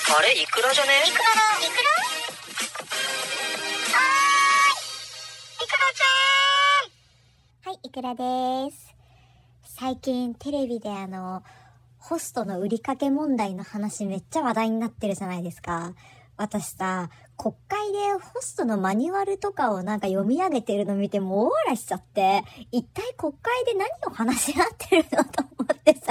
あれイクラじゃね？ イクラはーい、イクラちゃん。はい、イクラです。最近テレビでホストの売りかけ問題の話めっちゃ話題になってるじゃないですか。私さ、国会でホストのマニュアルとかを読み上げてるの見ても大笑いしちゃって、一体国会で何を話し合ってるのと思ってさ。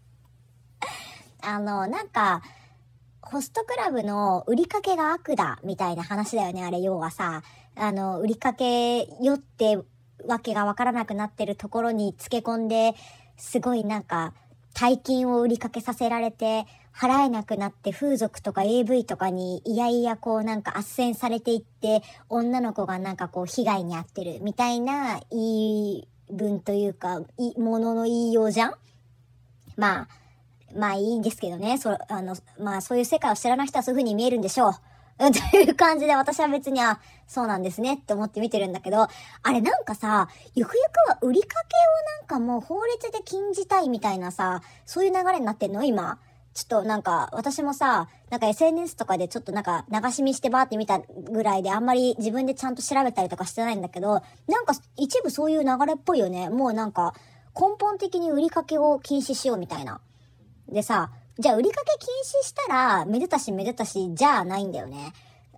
ホストクラブの売りかけが悪だみたいな話だよね、あれ。要はさ、売りかけよってわけがわからなくなってるところにつけ込んで、すごい大金を売りかけさせられて、払えなくなって風俗とか AV とかにいやいや斡旋されていって、女の子が被害に遭ってるみたいな言い分というか、ものの言いようじゃん。まあいいんですけどね。そういう世界を知らない人はそういう風に見えるんでしょう。という感じで私は別に、そうなんですねって思って見てるんだけど、あれさ、ゆくゆくは売りかけをもう法律で禁じたいみたいなさ、そういう流れになってんの今。ちょっと私もさ、SNS とかでちょっと流し見してバーって見たぐらいであんまり自分でちゃんと調べたりとかしてないんだけど、一部そういう流れっぽいよね。もう根本的に売りかけを禁止しようみたいな。でさ、じゃあ売りかけ禁止したら、めでたしじゃないんだよね。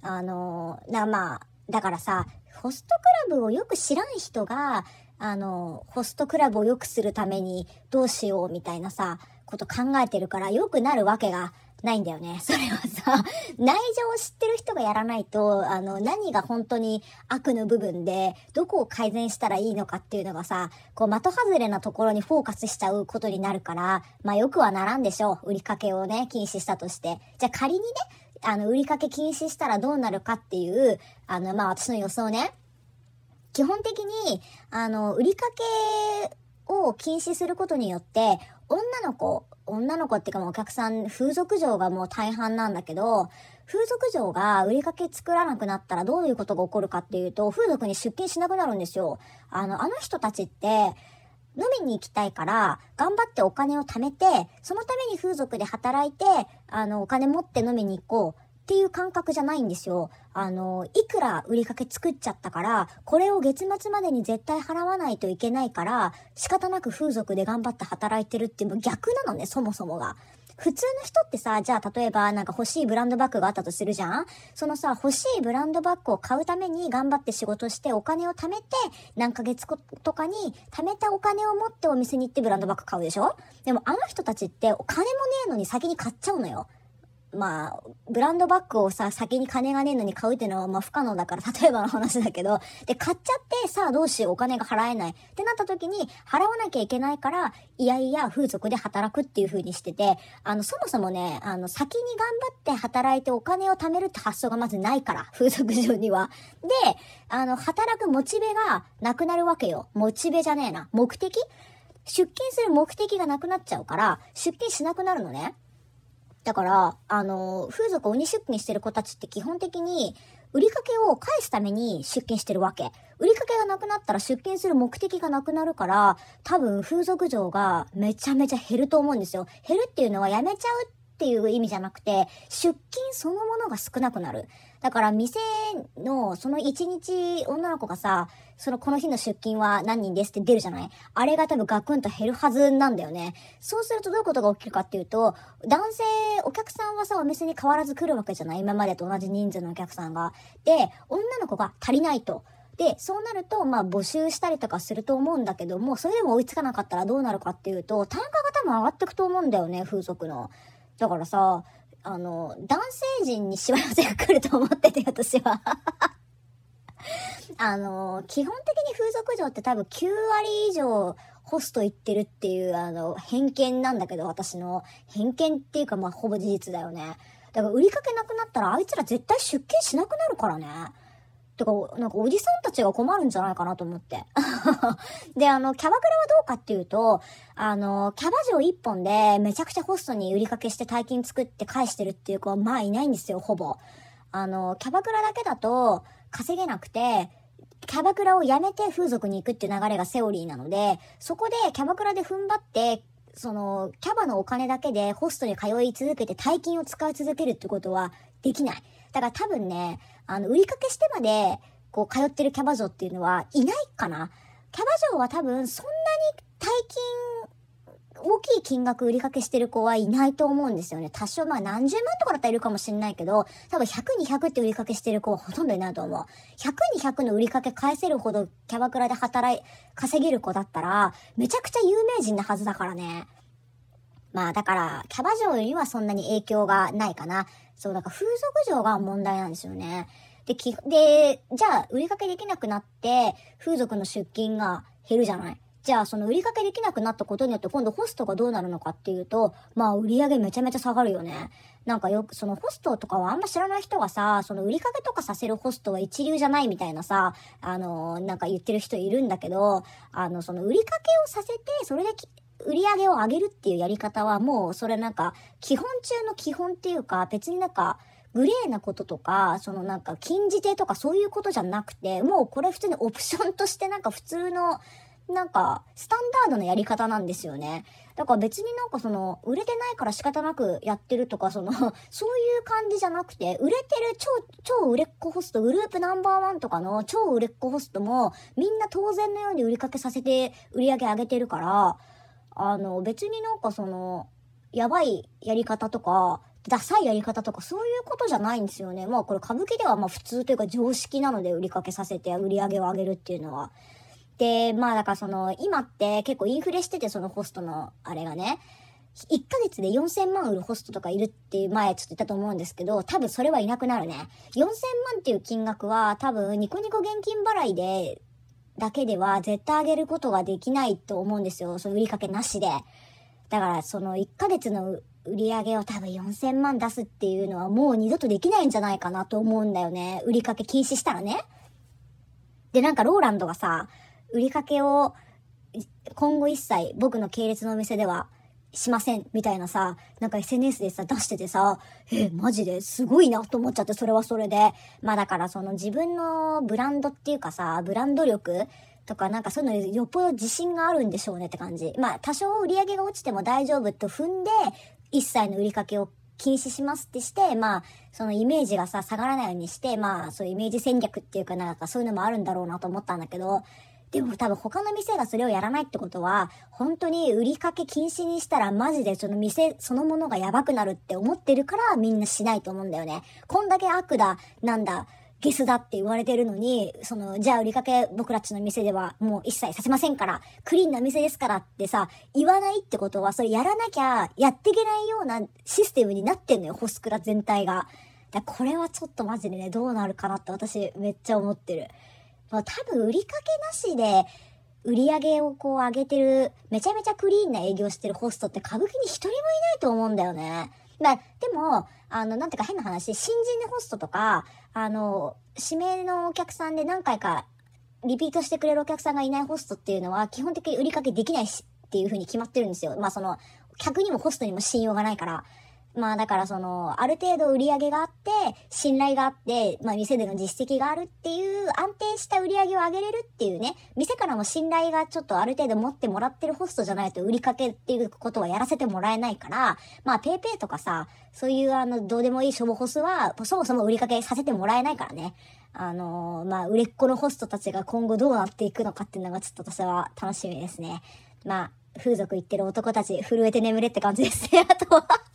だからさ、ホストクラブをよく知らん人が、ホストクラブを良くするためにどうしようみたいなさ、こと考えてるから良くなるわけがないんだよね。それはさ、内情を知ってる人がやらないと、何が本当に悪の部分で、どこを改善したらいいのかっていうのがさ、的外れなところにフォーカスしちゃうことになるから、よくはならんでしょう。売りかけをね、禁止したとして。じゃあ仮にね、売りかけ禁止したらどうなるかっていう、私の予想ね。基本的に、売りかけを禁止することによって、女の子っていうかお客さん、風俗嬢がもう大半なんだけど、風俗嬢が売りかけ作らなくなったらどういうことが起こるかっていうと、風俗に出勤しなくなるんですよ。あの人たちって、飲みに行きたいから、頑張ってお金を貯めて、そのために風俗で働いて、お金持って飲みに行こう。っていう感覚じゃないんですよ。いくら売りかけ作っちゃったから、これを月末までに絶対払わないといけないから、仕方なく風俗で頑張って働いてるっていうの逆なのね、そもそもが。普通の人ってさ、じゃあ例えば欲しいブランドバッグがあったとするじゃん。そのさ、欲しいブランドバッグを買うために頑張って仕事してお金を貯めて、何ヶ月とかに貯めたお金を持ってお店に行ってブランドバッグ買うでしょ。でも人たちってお金もねえのに先に買っちゃうのよ。ブランドバッグをさ、先に金がねえのに買うっていうのは不可能だから、例えばの話だけど、で、買っちゃって、さあどうしよう、お金が払えないってなった時に、払わなきゃいけないから、いやいや風俗で働くっていう風にしてて、そもそもね、先に頑張って働いてお金を貯めるって発想がまずないから、風俗上には。で、働くモチベがなくなるわけよ。モチベじゃねえな。目的？出勤する目的がなくなっちゃうから、出勤しなくなるのね。だから、風俗鬼出勤してる子たちって基本的に、売りかけを返すために出勤してるわけ。売りかけがなくなったら出勤する目的がなくなるから、多分風俗嬢がめちゃめちゃ減ると思うんですよ。減るっていうのはやめちゃうっていう意味じゃなくて、出勤そのものが少なくなる。だから店のその一日女の子がさ、この日の出勤は何人ですって出るじゃない？あれが多分ガクンと減るはずなんだよね。そうするとどういうことが起きるかっていうと、男性、お客さんはさ、お店に変わらず来るわけじゃない？今までと同じ人数のお客さんが。で、女の子が足りないと。で、そうなると、募集したりとかすると思うんだけども、それでも追いつかなかったらどうなるかっていうと、単価が多分上がってくと思うんだよね、風俗の。だからさ、男性陣にしわ寄せが来ると思ってて、私は。基本的に風俗嬢って多分9割以上ホスト行ってるっていう偏見なんだけど、私の偏見っていうかほぼ事実だよね。だから売りかけなくなったらあいつら絶対出勤しなくなるからね。とか、おじさんたちが困るんじゃないかなと思って。で、キャバクラはどうかっていうと、キャバ嬢一本でめちゃくちゃホストに売りかけして大金作って返してるっていう子はいないんですよ、ほぼ。キャバクラだけだと稼げなくて、キャバクラを辞めて風俗に行くっていう流れがセオリーなので、そこでキャバクラで踏ん張って、 キャバのお金だけでホストに通い続けて大金を使い続けるってことはできない。だから多分ね、売りかけしてまで、通ってるキャバ嬢っていうのはいないかな。キャバ嬢は多分そんなに大大きい金額売りかけしてる子はいないと思うんですよね。多少何十万とかだったらいるかもしれないけど、多分100、200って売りかけしてる子はほとんどいないと思う。100、200の売りかけ返せるほどキャバクラで稼げる子だったら、めちゃくちゃ有名人なはずだからね。だから、キャバ嬢にはそんなに影響がないかな。そう、だから風俗嬢が問題なんですよね。で、じゃあ、売りかけできなくなって、風俗の出勤が減るじゃない。じゃあ、その売りかけできなくなったことによって今度ホストがどうなるのかっていうと、売り上げめちゃめちゃ下がるよね。なんかよく、そのホストとかはあんま知らない人がさ、その売りかけとかさせるホストは一流じゃないみたいなさ、なんか言ってる人いるんだけど、その売りかけをさせて、それで売り上げを上げるっていうやり方はもう、それなんか、基本中の基本っていうか、別になんか、グレーなこととか、そのなんか禁じ手とかそういうことじゃなくて、もうこれ普通にオプションとしてなんか普通の、なんか、スタンダードなやり方なんですよね。だから別になんか売れてないから仕方なくやってるとか、そういう感じじゃなくて、売れてる超売れっ子ホスト、グループナンバー1とかの超売れっ子ホストも、みんな当然のように売りかけさせて売り上げ上げてるから、別になんかやばいやり方とか、ダサいやり方とかそういうことじゃないんですよね。これ歌舞伎では普通というか常識なので売りかけさせて売り上げを上げるっていうのは。で、だから今って結構インフレしてて、そのホストのあれがね、1ヶ月で4000万売るホストとかいるって前ちょっと言ったと思うんですけど、多分それはいなくなるね。4000万っていう金額は多分ニコニコ現金払いだけでは絶対上げることができないと思うんですよ。その売りかけなしで。だから1ヶ月の売り上げを多分4000万出すっていうのはもう二度とできないんじゃないかなと思うんだよね。売りかけ禁止したらね。で、なんかローランドがさ、売りかけを今後一切僕の系列のお店ではしませんみたいなさ、なんか SNS でさ出しててさ、マジですごいなと思っちゃって、それはそれで。だから自分のブランドっていうかさ、ブランド力とかなんかそういうのよっぽど自信があるんでしょうねって感じ。多少売り上げが落ちても大丈夫と踏んで、一切の売りかけを禁止しますってして、そのイメージがさ、下がらないようにして、そういうイメージ戦略っていうかなんかそういうのもあるんだろうなと思ったんだけど、でも多分他の店がそれをやらないってことは、本当に売りかけ禁止にしたらマジでその店そのものがやばくなるって思ってるからみんなしないと思うんだよね。こんだけ悪だ、なんだ、ゲスだって言われてるのに、じゃあ売りかけ僕らっちの店ではもう一切させませんから、クリーンな店ですからってさ、言わないってことは、それやらなきゃやっていけないようなシステムになってんのよ、ホスクラ全体が。これはちょっとマジでね、どうなるかなって私めっちゃ思ってる。多分売りかけなしで売り上げを上げてる、めちゃめちゃクリーンな営業してるホストって歌舞伎に一人もいないと思うんだよね。でも、なんていうか変な話、新人のホストとか、指名のお客さんで何回かリピートしてくれるお客さんがいないホストっていうのは、基本的に売りかけできないしっていう風に決まってるんですよ。客にもホストにも信用がないから。だからある程度売り上げがあって、信頼があって、店での実績があるっていう安定した売り上げを上げれるっていうね、店からも信頼がちょっとある程度持ってもらってるホストじゃないと売りかけっていうことはやらせてもらえないから、ペイペイとかさ、そういうどうでもいいショボホスは、そもそも売りかけさせてもらえないからね。売れっ子のホストたちが今後どうなっていくのかっていうのがちょっと私は楽しみですね。風俗行ってる男たち、震えて眠れって感じですね。あとは